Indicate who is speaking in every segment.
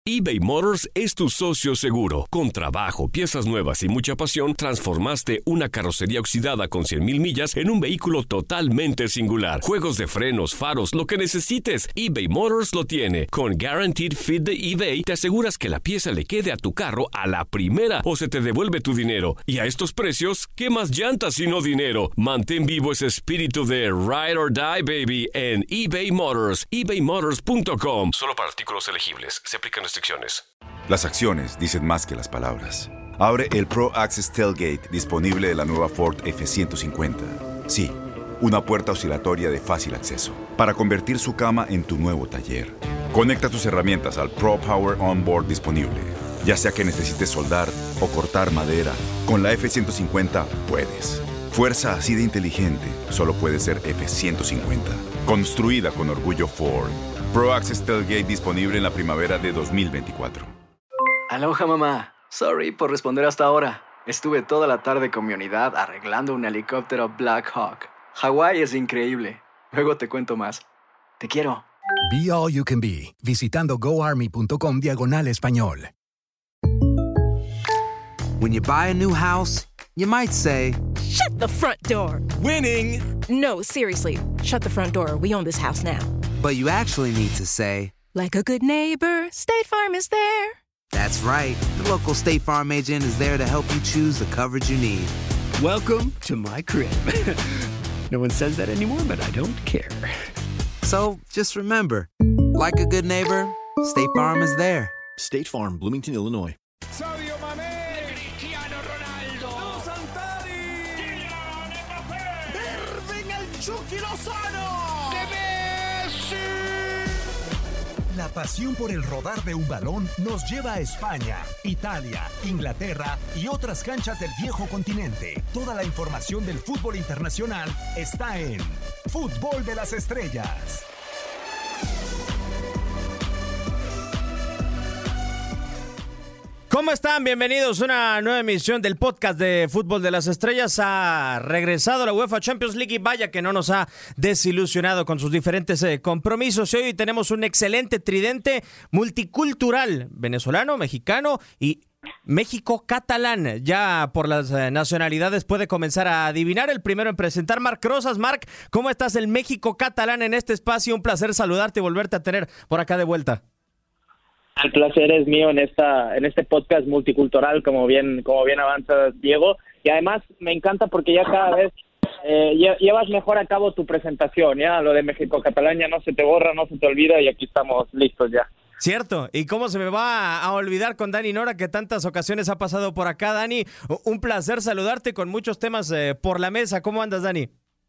Speaker 1: eBay Motors es tu socio seguro. Con trabajo, piezas nuevas y mucha pasión, transformaste una carrocería oxidada con 100,000 millas en un vehículo totalmente singular. Juegos de frenos, faros, lo que necesites, eBay Motors lo tiene. Con Guaranteed Fit de eBay, te aseguras que la pieza le quede a tu carro a la primera o se te devuelve tu dinero. Y a estos precios, ¿qué más llantas sino dinero? Mantén vivo ese espíritu de Ride or Die, baby, en eBay Motors. ebaymotors.com. Solo para artículos elegibles. Se aplican restricciones.
Speaker 2: Las acciones dicen más que las palabras. Abre el Pro Access Tailgate disponible de la nueva Ford F-150. Sí, una puerta oscilatoria de fácil acceso para convertir su cama en tu nuevo taller. Conecta tus herramientas al Pro Power Onboard disponible. Ya sea que necesites soldar o cortar madera, con la F-150 puedes. Fuerza así de inteligente solo puede ser F-150. Construida con orgullo Ford. Pro Access Tailgate disponible en la primavera de 2024.
Speaker 3: Aloha, mamá. Sorry por responder hasta ahora. Estuve toda la tarde con mi unidad arreglando un helicóptero Black Hawk. Hawái es increíble. Luego te cuento más. Te quiero.
Speaker 4: Be All You Can Be, visitando goarmy.com/español.
Speaker 5: When you buy a new house, you might say,
Speaker 6: "Shut the front door!"
Speaker 1: Winning!
Speaker 6: No, seriously. Shut the front door. We own this house now.
Speaker 5: but you actually need to say,
Speaker 6: like a good neighbor, State Farm is there.
Speaker 5: That's right. The local State Farm agent is there to help you choose the coverage you need.
Speaker 7: Welcome to my crib. No one says that anymore, but I don't care.
Speaker 5: So just remember, like a good neighbor, State Farm is there.
Speaker 8: State Farm, Bloomington, Illinois.
Speaker 9: Sadio Mané, Cristiano Ronaldo, Santari, Kylian Mbappé, Irving el Chucky Lozano, de Messi.
Speaker 4: La pasión por el rodar de un balón nos lleva a España, Italia, Inglaterra y otras canchas del viejo continente. Toda la información del fútbol internacional está en Fútbol de las Estrellas.
Speaker 10: ¿Cómo están? Bienvenidos a una nueva emisión del podcast de Fútbol de las Estrellas. Ha regresado la UEFA Champions League y vaya que no nos ha desilusionado con sus diferentes compromisos. Y hoy tenemos un excelente tridente multicultural, venezolano, mexicano y México-catalán. Ya por las nacionalidades puede comenzar a adivinar. El primero en presentar, Marc Rosas. Marc, ¿cómo estás? El México-catalán en este espacio. Un placer saludarte y volverte a tener por acá de vuelta.
Speaker 11: El placer es mío en este podcast multicultural, como bien avanza Diego, y además me encanta porque ya cada vez llevas mejor a cabo tu presentación, ya lo de México-Catalán ya no se te borra, no se te olvida y aquí estamos listos ya.
Speaker 10: Cierto, y cómo se me va a olvidar con Dani Nora, que tantas ocasiones ha pasado por acá. Dani, un placer saludarte con muchos temas por la mesa. ¿Cómo andas, Dani?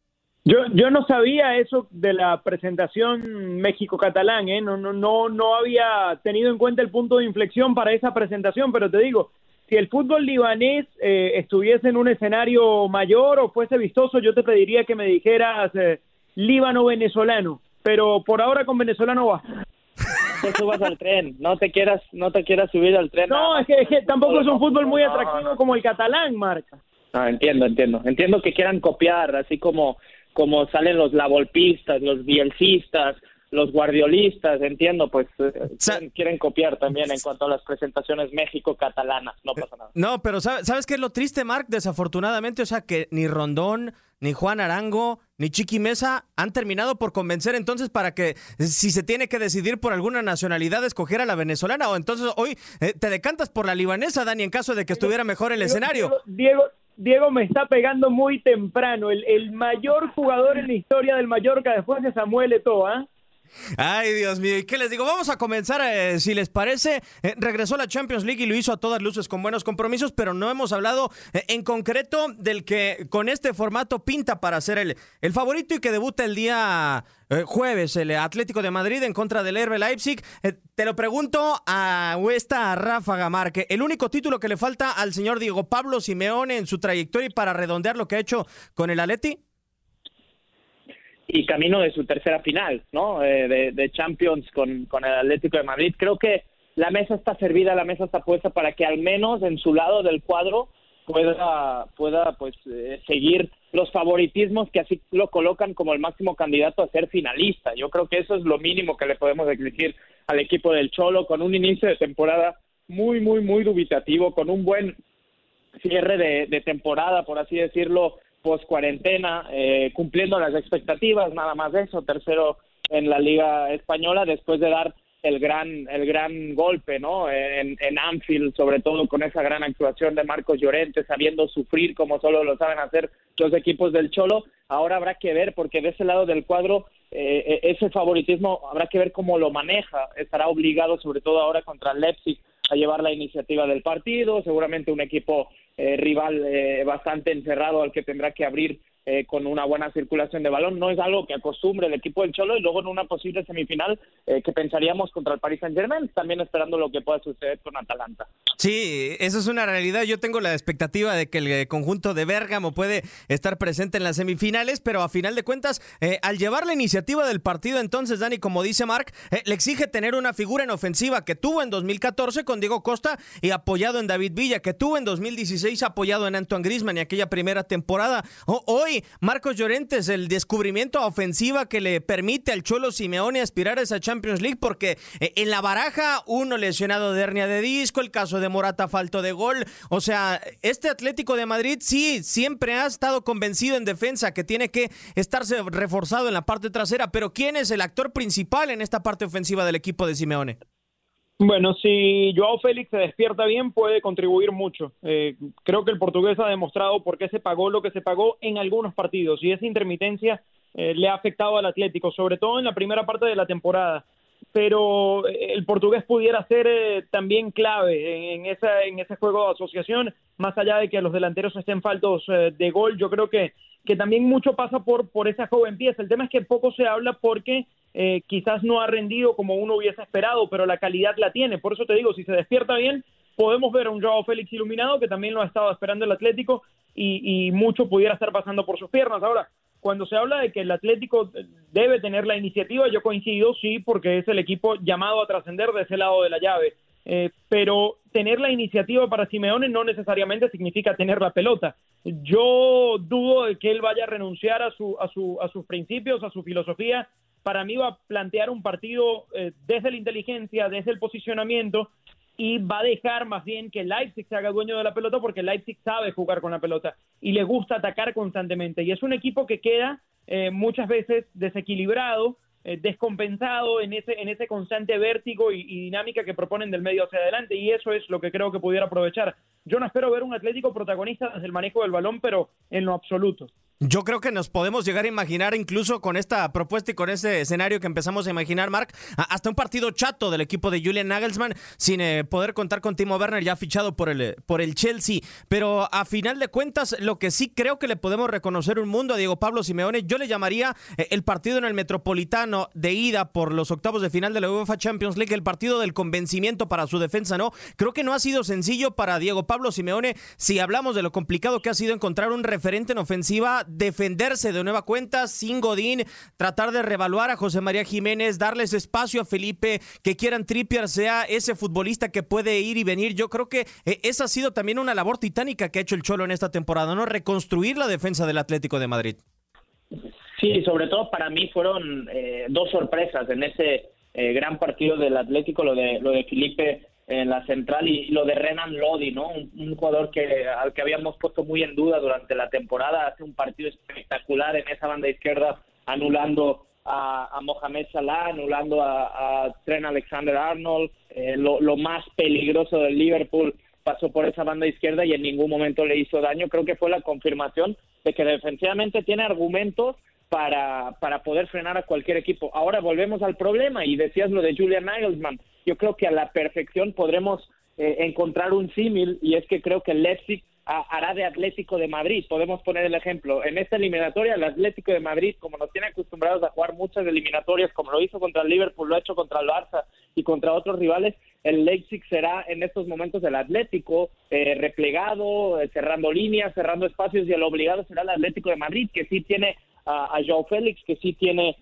Speaker 12: Yo no sabía eso de la presentación México-Catalán, no había tenido en cuenta el punto de inflexión para esa presentación, pero te digo, si el fútbol libanés estuviese en un escenario mayor o fuese vistoso, yo te pediría que me dijeras Líbano-venezolano, pero por ahora con venezolano va.
Speaker 11: Te subas al tren, no te quieras subir al tren.
Speaker 12: No, es que tampoco es un fútbol muy atractivo como el catalán, Marca.
Speaker 11: No, entiendo que quieran copiar, así como salen los lavolpistas, los bielcistas, los guardiolistas, entiendo, pues quieren copiar también en cuanto a las presentaciones México-catalanas, no pasa nada.
Speaker 10: No, pero ¿sabes qué es lo triste, Marc? Desafortunadamente, o sea, que ni Rondón, ni Juan Arango, ni Chiqui Mesa han terminado por convencer entonces para que, si se tiene que decidir por alguna nacionalidad, escoger a la venezolana, o entonces hoy te decantas por la libanesa, Dani, en caso de que estuviera mejor el escenario.
Speaker 12: Diego me está pegando muy temprano. El mayor jugador en la historia del Mallorca después de Samuel Eto'o, ¿eh?
Speaker 10: Ay, Dios mío, ¿y qué les digo? Vamos a comenzar, si les parece. Regresó la Champions League y lo hizo a todas luces con buenos compromisos, pero no hemos hablado en concreto del que con este formato pinta para ser el favorito y que debuta el día jueves, el Atlético de Madrid en contra del RB Leipzig. Te lo pregunto a esta ráfaga, Marc, el único título que le falta al señor Diego Pablo Simeone en su trayectoria y para redondear lo que ha hecho con el Atleti.
Speaker 11: Y camino de su tercera final, ¿no? De Champions con el Atlético de Madrid. Creo que la mesa está servida, la mesa está puesta para que al menos en su lado del cuadro pueda pues seguir los favoritismos que así lo colocan como el máximo candidato a ser finalista. Yo creo que eso es lo mínimo que le podemos exigir al equipo del Cholo, con un inicio de temporada muy dubitativo, con un buen cierre de temporada, por así decirlo, post cuarentena, cumpliendo las expectativas, nada más de eso, tercero en la Liga Española, después de dar el gran golpe, ¿no? En Anfield, sobre todo con esa gran actuación de Marcos Llorente, sabiendo sufrir como solo lo saben hacer los equipos del Cholo. Ahora habrá que ver, porque de ese lado del cuadro, ese favoritismo habrá que ver cómo lo maneja. Estará obligado, sobre todo ahora contra el Leipzig, a llevar la iniciativa del partido, seguramente un equipo rival bastante encerrado al que tendrá que abrir con una buena circulación de balón. No es algo que acostumbre el equipo del Cholo, y luego en una posible semifinal que pensaríamos contra el Paris Saint-Germain, también esperando lo que pueda suceder con Atalanta.
Speaker 10: Sí, eso es una realidad. Yo tengo la expectativa de que el conjunto de Bérgamo puede estar presente en las semifinales, pero a final de cuentas, al llevar la iniciativa del partido, entonces, Dani, como dice Marc, le exige tener una figura en ofensiva que tuvo en 2014 con Diego Costa y apoyado en David Villa, que tuvo en 2016 apoyado en Antoine Griezmann y aquella primera temporada. Hoy, Marcos Llorente es el descubrimiento a ofensiva que le permite al Cholo Simeone aspirar a esa Champions League, porque en la baraja, uno lesionado de hernia de disco, el caso de Morata falto de gol. O sea, este Atlético de Madrid sí siempre ha estado convencido en defensa que tiene que estarse reforzado en la parte trasera, pero ¿quién es el actor principal en esta parte ofensiva del equipo de Simeone?
Speaker 12: Bueno, si Joao Félix se despierta bien, puede contribuir mucho. Creo que el portugués ha demostrado por qué se pagó lo que se pagó en algunos partidos, y esa intermitencia le ha afectado al Atlético, sobre todo en la primera parte de la temporada. Pero el portugués pudiera ser también clave en ese juego de asociación, más allá de que los delanteros estén faltos de gol. Yo creo que también mucho pasa por esa joven pieza. El tema es que poco se habla porque quizás no ha rendido como uno hubiese esperado, pero la calidad la tiene. Por eso te digo, si se despierta bien, podemos ver a un Joao Félix iluminado, que también lo ha estado esperando el Atlético, y mucho pudiera estar pasando por sus piernas. Ahora, cuando se habla de que el Atlético debe tener la iniciativa, yo coincido, sí, porque es el equipo llamado a trascender de ese lado de la llave. Pero tener la iniciativa para Simeone no necesariamente significa tener la pelota. Yo dudo de que él vaya a renunciar a sus principios, a su filosofía. Para mí va a plantear un partido desde la inteligencia, desde el posicionamiento, y va a dejar más bien que Leipzig se haga dueño de la pelota, porque Leipzig sabe jugar con la pelota y le gusta atacar constantemente, y es un equipo que queda muchas veces desequilibrado, descompensado en ese constante vértigo y dinámica que proponen del medio hacia adelante, y eso es lo que creo que pudiera aprovechar. Yo no espero ver un Atlético protagonista desde el manejo del balón, pero en lo absoluto.
Speaker 10: Yo creo que nos podemos llegar a imaginar, incluso con esta propuesta y con ese escenario que empezamos a imaginar, Marc, hasta un partido chato del equipo de Julian Nagelsmann, sin poder contar con Timo Werner, ya fichado por el Chelsea. Pero a final de cuentas, lo que sí creo que le podemos reconocer un mundo a Diego Pablo Simeone, yo le llamaría el partido en el Metropolitano de ida por los octavos de final de la UEFA Champions League, el partido del convencimiento para su defensa, ¿no? Creo que no ha sido sencillo para Diego Pablo Simeone, si hablamos de lo complicado que ha sido encontrar un referente en ofensiva, defenderse de nueva cuenta sin Godín, tratar de revaluar a José María Jiménez, darles espacio a Felipe, que Kieran Trippier sea ese futbolista que puede ir y venir. Yo creo que esa ha sido también una labor titánica que ha hecho el Cholo en esta temporada, ¿no? Reconstruir la defensa del Atlético de Madrid.
Speaker 11: Sí, sobre todo para mí fueron dos sorpresas en ese gran partido del Atlético, lo de Felipe en la central y lo de Renan Lodi, ¿no? Un jugador al que habíamos puesto muy en duda durante la temporada. Hace un partido espectacular en esa banda izquierda, anulando a Mohamed Salah, anulando a Trent Alexander-Arnold. Lo más peligroso del Liverpool pasó por esa banda izquierda y en ningún momento le hizo daño. Creo que fue la confirmación de que defensivamente tiene argumentos para poder frenar a cualquier equipo. Ahora volvemos al problema, y decías lo de Julian Nagelsmann. Yo creo que a la perfección podremos encontrar un símil, y es que creo que el Leipzig hará de Atlético de Madrid. Podemos poner el ejemplo. En esta eliminatoria, el Atlético de Madrid, como nos tiene acostumbrados a jugar muchas eliminatorias, como lo hizo contra el Liverpool, lo ha hecho contra el Barça y contra otros rivales, el Leipzig será en estos momentos el Atlético, replegado, cerrando líneas, cerrando espacios, y el obligado será el Atlético de Madrid, que sí tiene a Joao Félix, que sí tiene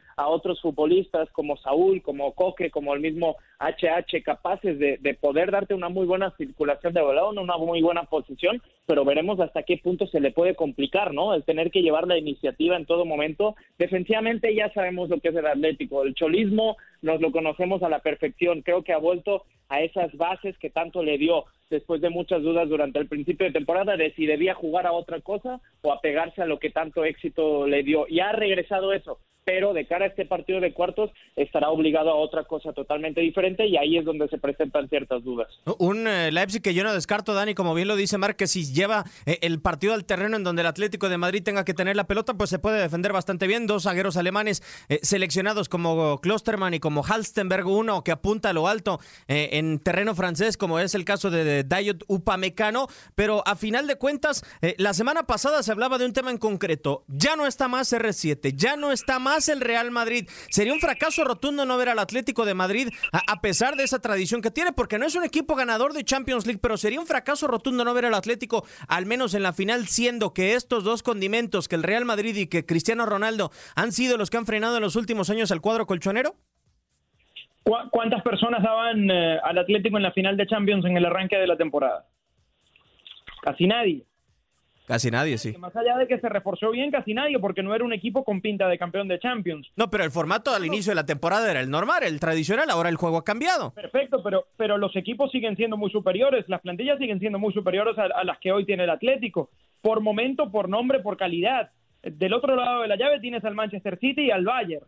Speaker 11: a otros futbolistas como Saúl, como Coque, como el mismo HH, capaces de poder darte una muy buena circulación de balón, una muy buena posición, pero veremos hasta qué punto se le puede complicar, ¿no? El tener que llevar la iniciativa en todo momento. Defensivamente ya sabemos lo que es el Atlético, el cholismo nos lo conocemos a la perfección, creo que ha vuelto a esas bases que tanto le dio después de muchas dudas durante el principio de temporada de si debía jugar a otra cosa o apegarse a lo que tanto éxito le dio. Y ha regresado eso, pero de cara a este partido de cuartos estará obligado a otra cosa totalmente diferente y ahí es donde se presentan ciertas dudas.
Speaker 10: Un Leipzig que yo no descarto, Dani, como bien lo dice Marc, que si lleva el partido al terreno en donde el Atlético de Madrid tenga que tener la pelota, pues se puede defender bastante bien. Dos zagueros alemanes seleccionados como Klostermann y como Halstenberg, uno que apunta a lo alto en terreno francés, como es el caso de Dayot Upamecano, pero a final de cuentas, la semana pasada se hablaba de un tema en concreto. Ya no está más R7, ya no está más el Real Madrid. Sería un fracaso rotundo no ver al Atlético de Madrid a pesar de esa tradición que tiene, porque no es un equipo ganador de Champions League, pero sería un fracaso rotundo no ver al Atlético al menos en la final, siendo que estos dos condimentos, que el Real Madrid y que Cristiano Ronaldo, han sido los que han frenado en los últimos años al cuadro colchonero.
Speaker 12: ¿Cuántas personas daban al Atlético en la final de Champions en el arranque de la temporada? Casi nadie.
Speaker 10: Casi nadie, sí.
Speaker 12: Más allá de que se reforzó bien, casi nadie, porque no era un equipo con pinta de campeón de Champions.
Speaker 10: No, pero el formato al inicio de la temporada era el normal, el tradicional, ahora el juego ha cambiado.
Speaker 12: Perfecto, pero los equipos siguen siendo muy superiores, las plantillas siguen siendo muy superiores a las que hoy tiene el Atlético, por momento, por nombre, por calidad. Del otro lado de la llave tienes al Manchester City y al Bayern.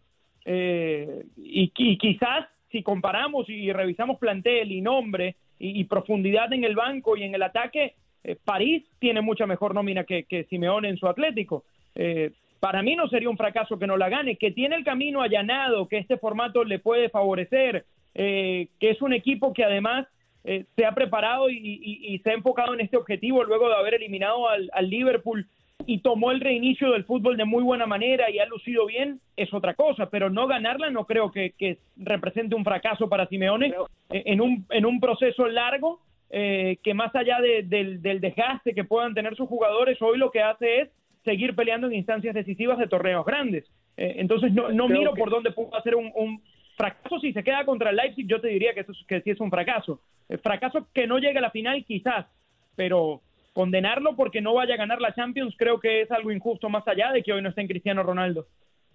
Speaker 12: Y quizás, si comparamos y revisamos plantel y nombre y profundidad en el banco y en el ataque, París tiene mucha mejor nómina que Simeone en su Atlético. Para mí no sería un fracaso que no la gane, que tiene el camino allanado, que este formato le puede favorecer, que es un equipo que además se ha preparado y se ha enfocado en este objetivo luego de haber eliminado al Liverpool y tomó el reinicio del fútbol de muy buena manera y ha lucido bien, es otra cosa, pero no ganarla no creo que represente un fracaso para Simeone en un proceso largo. Que más allá del desgaste que puedan tener sus jugadores, hoy lo que hace es seguir peleando en instancias decisivas de torneos grandes. Entonces no miro por dónde puede hacer un fracaso. Si se queda contra el Leipzig, yo te diría que sí es un fracaso. Fracaso que no llegue a la final quizás, pero condenarlo porque no vaya a ganar la Champions creo que es algo injusto, más allá de que hoy no esté en Cristiano Ronaldo.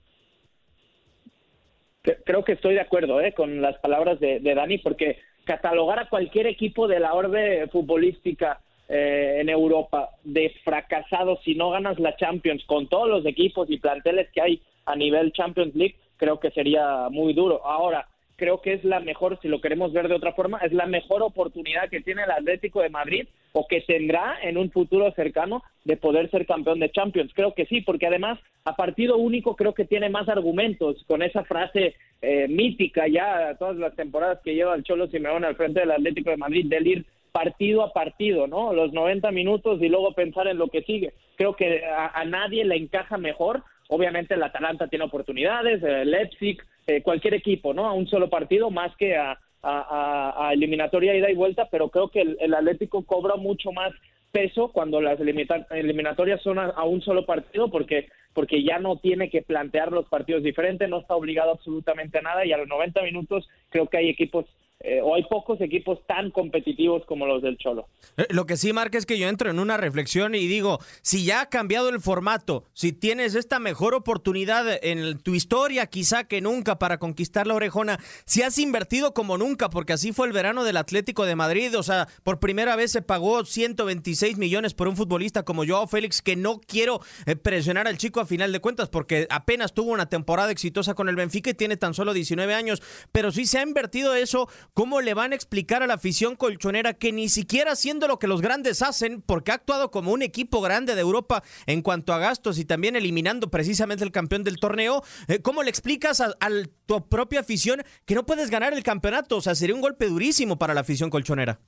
Speaker 11: Creo que estoy de acuerdo con las palabras de Dani, porque catalogar a cualquier equipo de la orbe futbolística en Europa de fracasado si no ganas la Champions con todos los equipos y planteles que hay a nivel Champions League, creo que sería muy duro. Ahora, creo que es la mejor, si lo queremos ver de otra forma, es la mejor oportunidad que tiene el Atlético de Madrid o que tendrá en un futuro cercano de poder ser campeón de Champions. Creo que sí, porque además a partido único creo que tiene más argumentos con esa frase mítica ya todas las temporadas que lleva el Cholo Simeone al frente del Atlético de Madrid, del ir partido a partido, ¿no? Los 90 minutos y luego pensar en lo que sigue. Creo que a nadie le encaja mejor. Obviamente el Atalanta tiene oportunidades, el Leipzig, cualquier equipo, ¿no? A un solo partido más que a eliminatoria ida y vuelta, pero creo que el Atlético cobra mucho más peso cuando las eliminatorias son a un solo partido, porque ya no tiene que plantear los partidos diferentes, no está obligado absolutamente a nada, y a los 90 minutos creo que hay equipos o hay pocos equipos tan competitivos como los del Cholo.
Speaker 10: Lo que sí, Marc, es que yo entro en una reflexión y digo, si ya ha cambiado el formato, si tienes esta mejor oportunidad en tu historia quizá que nunca para conquistar la orejona, si has invertido como nunca, porque así fue el verano del Atlético de Madrid, o sea, por primera vez se pagó 126 millones por un futbolista como Joao Félix, que no quiero presionar al chico a final de cuentas, porque apenas tuvo una temporada exitosa con el Benfica y tiene tan solo 19 años, pero sí se ha invertido eso. ¿Cómo le van a explicar a la afición colchonera que ni siquiera haciendo lo que los grandes hacen, porque ha actuado como un equipo grande de Europa en cuanto a gastos y también eliminando precisamente el campeón del torneo, cómo le explicas a tu propia afición que no puedes ganar el campeonato? O sea, sería un golpe durísimo para la afición colchonera.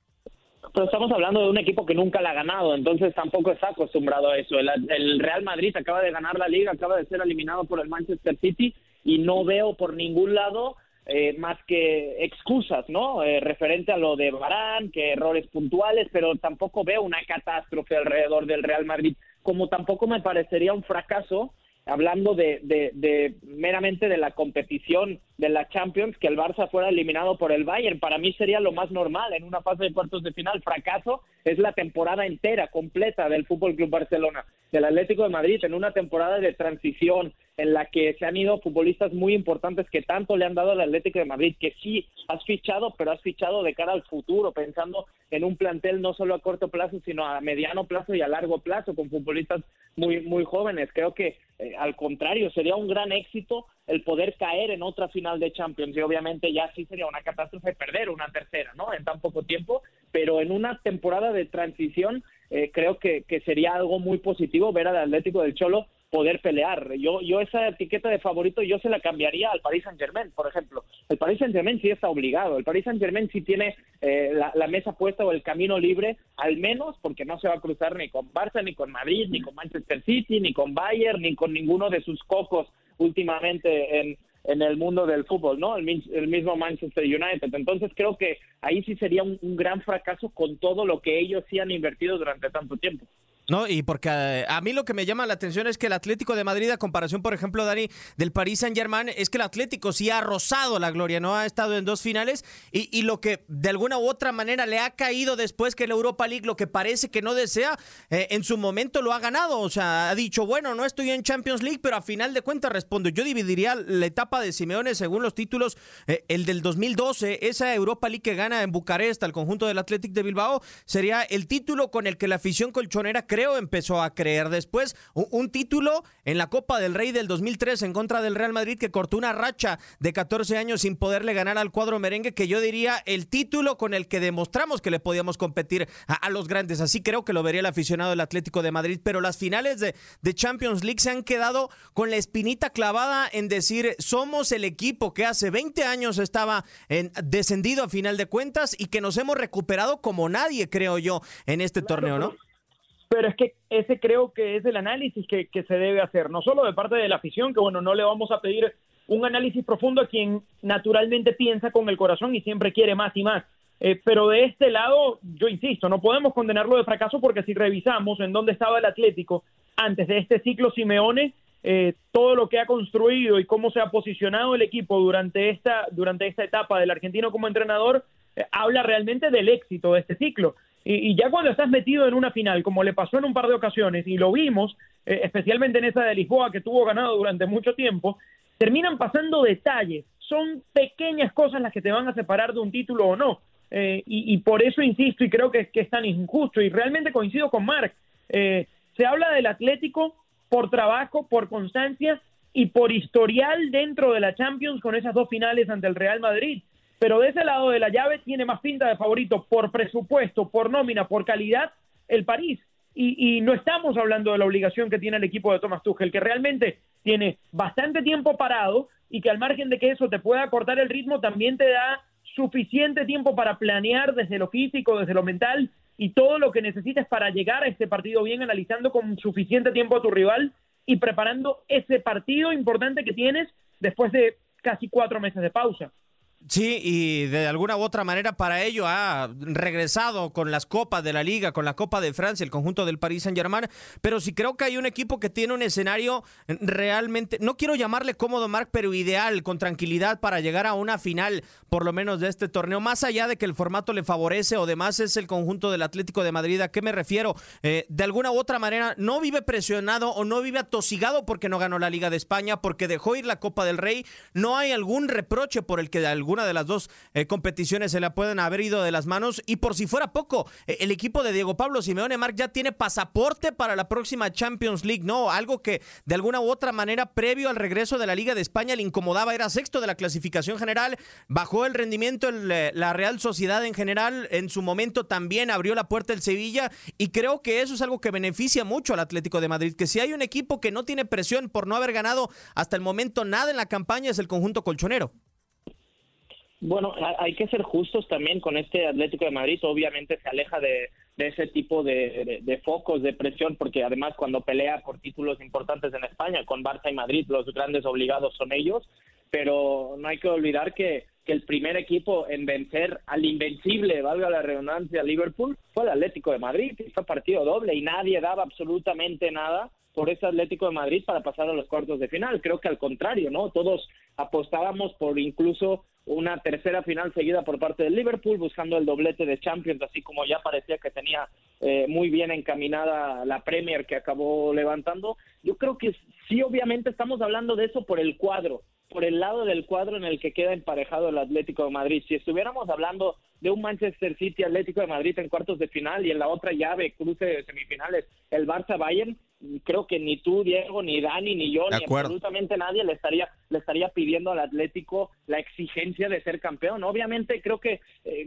Speaker 11: Pero estamos hablando de un equipo que nunca la ha ganado, entonces tampoco está acostumbrado a eso. El Real Madrid acaba de ganar la Liga, acaba de ser eliminado por el Manchester City y no veo por ningún lado más que excusas, ¿no? Referente a lo de Varane, que errores puntuales, pero tampoco veo una catástrofe alrededor del Real Madrid, como tampoco me parecería un fracaso hablando de meramente de la competición de la Champions, que el Barça fuera eliminado por el Bayern. Para mí sería lo más normal en una fase de cuartos de final. Fracaso es la temporada entera, completa del Fútbol Club Barcelona, del Atlético de Madrid, en una temporada de transición en la que se han ido futbolistas muy importantes que tanto le han dado al Atlético de Madrid, que sí has fichado, pero has fichado de cara al futuro, pensando en un plantel no solo a corto plazo, sino a mediano plazo y a largo plazo, con futbolistas muy jóvenes. Creo que al contrario, sería un gran éxito el poder caer en otra final de Champions, y obviamente ya sí sería una catástrofe perder una tercera, ¿no?, en tan poco tiempo, pero en una temporada de transición creo que sería algo muy positivo ver al Atlético del Cholo poder pelear. Yo esa etiqueta de favorito yo se la cambiaría al Paris Saint-Germain, por ejemplo. El Paris Saint-Germain sí está obligado, el Paris Saint-Germain sí tiene la mesa puesta o el camino libre, al menos porque no se va a cruzar ni con Barça, ni con Madrid, ni con Manchester City, ni con Bayern, ni con ninguno de sus cocos últimamente en el mundo del fútbol, ¿no? El mismo Manchester United. Entonces creo que ahí sí sería un gran fracaso con todo lo que ellos sí han invertido durante tanto tiempo.
Speaker 10: No, y porque a mí lo que me llama la atención es que el Atlético de Madrid, a comparación, por ejemplo, Dani, del Paris Saint-Germain, es que el Atlético sí ha rozado la gloria, ¿no? Ha estado en 2 finales y lo que de alguna u otra manera le ha caído después que la Europa League, lo que parece que no desea, en su momento lo ha ganado. O sea, ha dicho, bueno, no estoy en Champions League, pero a final de cuentas respondo. Yo dividiría la etapa de Simeone según los títulos, el del 2012, esa Europa League que gana en Bucarest al conjunto del Athletic de Bilbao, sería el título con el que la afición colchonera creo empezó a creer. Después un título en la Copa del Rey del 2003 en contra del Real Madrid, que cortó una racha de 14 años sin poderle ganar al cuadro merengue, que yo diría el título con el que demostramos que le podíamos competir a los grandes. Así creo que lo vería el aficionado del Atlético de Madrid, pero las finales de Champions League se han quedado con la espinita clavada en decir, somos el equipo que hace 20 años estaba descendido a final de cuentas y que nos hemos recuperado como nadie, creo yo, en este torneo, ¿no?
Speaker 12: Pero es que ese creo que es el análisis que se debe hacer, no solo de parte de la afición, que bueno, no le vamos a pedir un análisis profundo a quien naturalmente piensa con el corazón y siempre quiere más y más, pero de este lado, yo insisto, no podemos condenarlo de fracaso, porque si revisamos en dónde estaba el Atlético antes de este ciclo Simeone, todo lo que ha construido y cómo se ha posicionado el equipo durante esta etapa del argentino como entrenador, habla realmente del éxito de este ciclo. Y ya cuando estás metido en una final, como le pasó en un par de ocasiones, y lo vimos, especialmente en esa de Lisboa, que tuvo ganado durante mucho tiempo, terminan pasando detalles. Son pequeñas cosas las que te van a separar de un título o no. Y por eso insisto, y creo que es tan injusto, y realmente coincido con Marc. Se habla del Atlético por trabajo, por constancia y por historial dentro de la Champions con esas 2 finales ante el Real Madrid. Pero de ese lado de la llave tiene más pinta de favorito por presupuesto, por nómina, por calidad, el París. Y no estamos hablando de la obligación que tiene el equipo de Thomas Tuchel, que realmente tiene bastante tiempo parado y que al margen de que eso te pueda cortar el ritmo, también te da suficiente tiempo para planear desde lo físico, desde lo mental y todo lo que necesites para llegar a este partido bien, analizando con suficiente tiempo a tu rival y preparando ese partido importante que tienes después de casi 4 meses de pausa.
Speaker 10: Sí, y de alguna u otra manera para ello ha regresado con las copas de la Liga, con la Copa de Francia, el conjunto del Paris Saint-Germain, pero sí creo que hay un equipo que tiene un escenario realmente, no quiero llamarle cómodo, Marc, pero ideal, con tranquilidad para llegar a una final, por lo menos de este torneo, más allá de que el formato le favorece o demás, es el conjunto del Atlético de Madrid. ¿A qué me refiero? De alguna u otra manera no vive presionado o no vive atosigado porque no ganó la Liga de España, porque dejó ir la Copa del Rey, no hay algún reproche por el que de alguna de las 2 competiciones se le pueden haber ido de las manos, y por si fuera poco, el equipo de Diego Pablo Simeone, Marc, ya tiene pasaporte para la próxima Champions League, ¿no? Algo que de alguna u otra manera previo al regreso de la Liga de España le incomodaba, era 6º de la clasificación general, bajó el rendimiento en la Real Sociedad en general, en su momento también abrió la puerta el Sevilla, y creo que eso es algo que beneficia mucho al Atlético de Madrid, que si hay un equipo que no tiene presión por no haber ganado hasta el momento nada en la campaña, es el conjunto colchonero.
Speaker 11: Bueno, hay que ser justos también con este Atlético de Madrid. Obviamente se aleja de ese tipo de focos de presión, porque además cuando pelea por títulos importantes en España, con Barça y Madrid, los grandes obligados son ellos, pero no hay que olvidar que el primer equipo en vencer al invencible, valga la redundancia, Liverpool, fue el Atlético de Madrid, que fue partido doble y nadie daba absolutamente nada por ese Atlético de Madrid para pasar a los cuartos de final. Creo que al contrario, ¿no? Todos apostábamos por incluso una tercera final seguida por parte del Liverpool, buscando el doblete de Champions, así como ya parecía que tenía muy bien encaminada la Premier, que acabó levantando. Yo creo que sí, obviamente estamos hablando de eso por el cuadro, por el lado del cuadro en el que queda emparejado el Atlético de Madrid. Si estuviéramos hablando de un Manchester City Atlético de Madrid en cuartos de final y en la otra llave, cruce de semifinales, el Barça-Bayern, creo que ni tú, Diego, ni Dani, ni yo, ni absolutamente nadie le estaría pidiendo al Atlético la exigencia de ser campeón. Obviamente creo que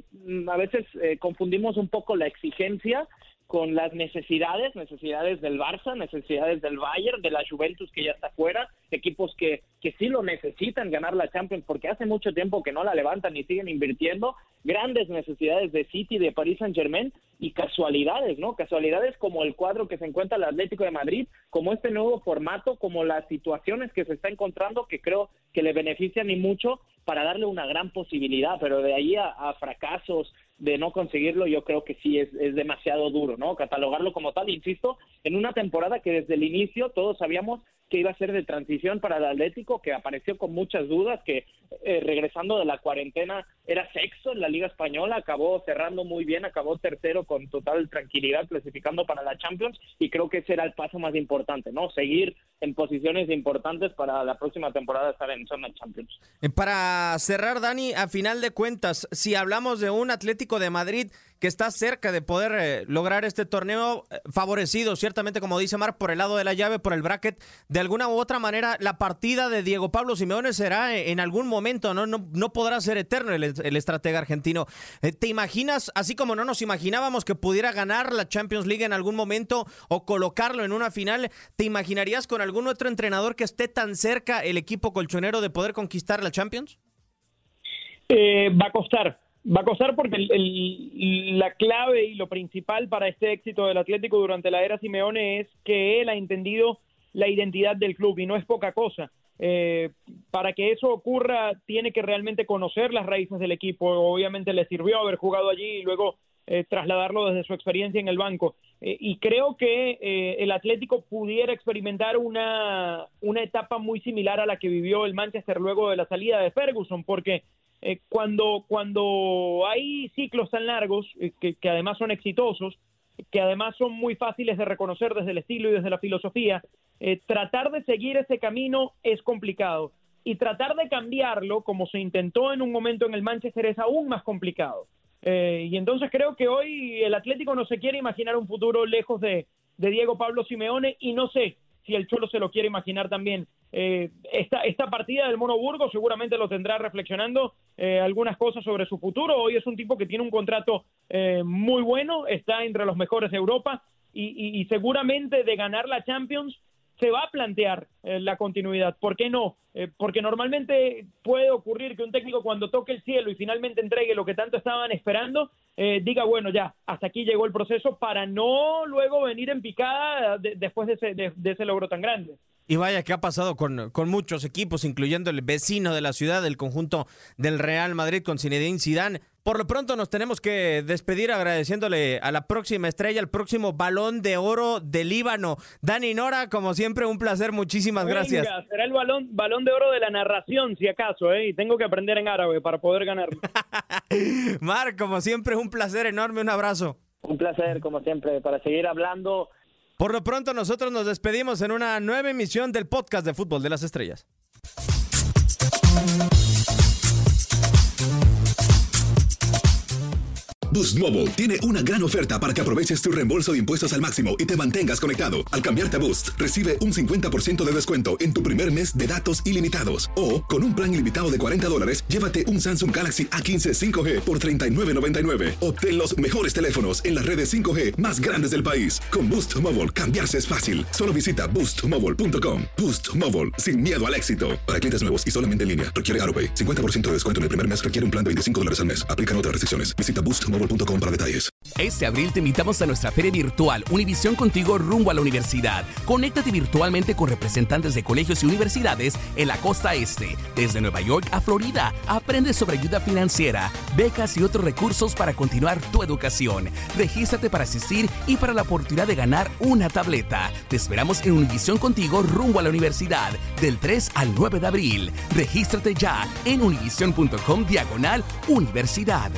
Speaker 11: a veces confundimos un poco la exigencia con las necesidades del Barça, necesidades del Bayern, de la Juventus, que ya está fuera, equipos que sí lo necesitan ganar la Champions porque hace mucho tiempo que no la levantan y siguen invirtiendo, grandes necesidades de City, de Paris Saint-Germain, y casualidades, ¿no? Casualidades como el cuadro que se encuentra el Atlético de Madrid, como este nuevo formato, como las situaciones que se está encontrando, que creo que le benefician y mucho para darle una gran posibilidad, pero de ahí a fracasos, de no conseguirlo, yo creo que sí es demasiado duro, ¿no? Catalogarlo como tal, insisto, en una temporada que desde el inicio todos sabíamos que iba a ser de transición para el Atlético, que apareció con muchas dudas, que regresando de la cuarentena era sexto en la Liga Española, acabó cerrando muy bien, acabó tercero con total tranquilidad, clasificando para la Champions, y creo que ese era el paso más importante, ¿no? Seguir en posiciones importantes para la próxima temporada estar en zona Champions.
Speaker 10: Para cerrar, Dani, a final de cuentas, si hablamos de un Atlético de Madrid que está cerca de poder lograr este torneo, favorecido ciertamente, como dice Marc, por el lado de la llave, por el bracket, de alguna u otra manera la partida de Diego Pablo Simeone será en algún momento, no podrá ser eterno el estratega argentino. ¿Te imaginas, así como no nos imaginábamos que pudiera ganar la Champions League en algún momento o colocarlo en una final, te imaginarías con algún otro entrenador que esté tan cerca el equipo colchonero de poder conquistar la Champions?
Speaker 12: Va a costar porque la clave y lo principal para este éxito del Atlético durante la era Simeone es que él ha entendido la identidad del club, y no es poca cosa. Para que eso ocurra tiene que realmente conocer las raíces del equipo. Obviamente le sirvió haber jugado allí y luego trasladarlo desde su experiencia en el banco. Y creo que el Atlético pudiera experimentar una etapa muy similar a la que vivió el Manchester luego de la salida de Ferguson, porque cuando hay ciclos tan largos, que además son exitosos, que además son muy fáciles de reconocer desde el estilo y desde la filosofía, tratar de seguir ese camino es complicado, y tratar de cambiarlo, como se intentó en un momento en el Manchester, es aún más complicado. Y entonces creo que hoy el Atlético no se quiere imaginar un futuro lejos de Diego Pablo Simeone, y no sé si el Cholo se lo quiere imaginar también. Esta partida del Mono Burgos seguramente lo tendrá reflexionando algunas cosas sobre su futuro. Hoy es un tipo que tiene un contrato muy bueno, está entre los mejores de Europa, y seguramente de ganar la Champions se va a plantear la continuidad. ¿Por qué no? Porque normalmente puede ocurrir que un técnico, cuando toque el cielo y finalmente entregue lo que tanto estaban esperando, diga, bueno, ya, hasta aquí llegó el proceso, para no luego venir en picada después de ese logro tan grande.
Speaker 10: Y vaya que ha pasado con muchos equipos, incluyendo el vecino de la ciudad, el conjunto del Real Madrid con Zinedine Zidane. Por lo pronto nos tenemos que despedir agradeciéndole a la próxima estrella, al próximo Balón de Oro del Líbano. Dani Nora, como siempre, un placer, muchísimas gracias.
Speaker 12: Será el balón de oro de la narración, si acaso, y tengo que aprender en árabe para poder ganarlo.
Speaker 10: Marc, como siempre, un placer enorme, un abrazo.
Speaker 11: Un placer, como siempre, para seguir hablando.
Speaker 10: Por lo pronto, nosotros nos despedimos en una nueva emisión del podcast de Fútbol de las Estrellas.
Speaker 13: Boost Mobile tiene una gran oferta para que aproveches tu reembolso de impuestos al máximo y te mantengas conectado. Al cambiarte a Boost, recibe un 50% de descuento en tu primer mes de datos ilimitados. O, con un plan ilimitado de $40, llévate un Samsung Galaxy A15 5G por $39.99. Obtén los mejores teléfonos en las redes 5G más grandes del país. Con Boost Mobile, cambiarse es fácil. Solo visita boostmobile.com. Boost Mobile, sin miedo al éxito. Para clientes nuevos y solamente en línea, requiere AroPay. 50% de descuento en el primer mes requiere un plan de $25 al mes. Aplican otras restricciones. Visita boostmobile.com para detalles.
Speaker 14: Este abril te invitamos a nuestra feria virtual Univisión Contigo rumbo a la universidad. Conéctate virtualmente con representantes de colegios y universidades en la costa este. Desde Nueva York a Florida, aprende sobre ayuda financiera, becas y otros recursos para continuar tu educación. Regístrate para asistir y para la oportunidad de ganar una tableta. Te esperamos en Univisión Contigo rumbo a la universidad del 3 al 9 de abril. Regístrate ya en univision.com/universidad.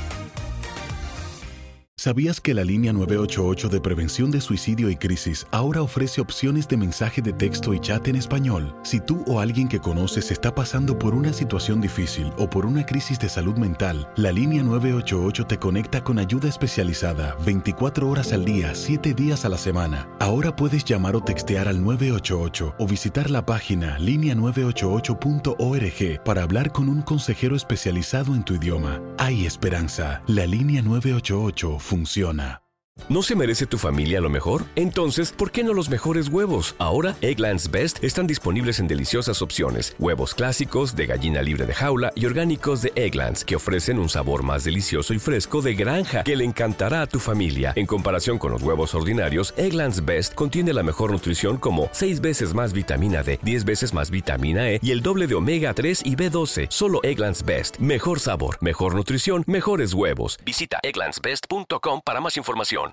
Speaker 15: ¿Sabías que la línea 988 de prevención de suicidio y crisis ahora ofrece opciones de mensaje de texto y chat en español? Si tú o alguien que conoces está pasando por una situación difícil o por una crisis de salud mental, la línea 988 te conecta con ayuda especializada 24 horas al día, 7 días a la semana. Ahora puedes llamar o textear al 988 o visitar la página linea988.org para hablar con un consejero especializado en tu idioma. Hay esperanza. La línea 988 funciona.
Speaker 1: ¿No se merece tu familia lo mejor? Entonces, ¿por qué no los mejores huevos? Ahora, Eggland's Best están disponibles en deliciosas opciones. Huevos clásicos, de gallina libre de jaula y orgánicos de Eggland's, que ofrecen un sabor más delicioso y fresco de granja que le encantará a tu familia. En comparación con los huevos ordinarios, Eggland's Best contiene la mejor nutrición como 6 veces más vitamina D, 10 veces más vitamina E y el doble de omega 3 y B12. Solo Eggland's Best. Mejor sabor, mejor nutrición, mejores huevos. Visita egglandsbest.com para más información.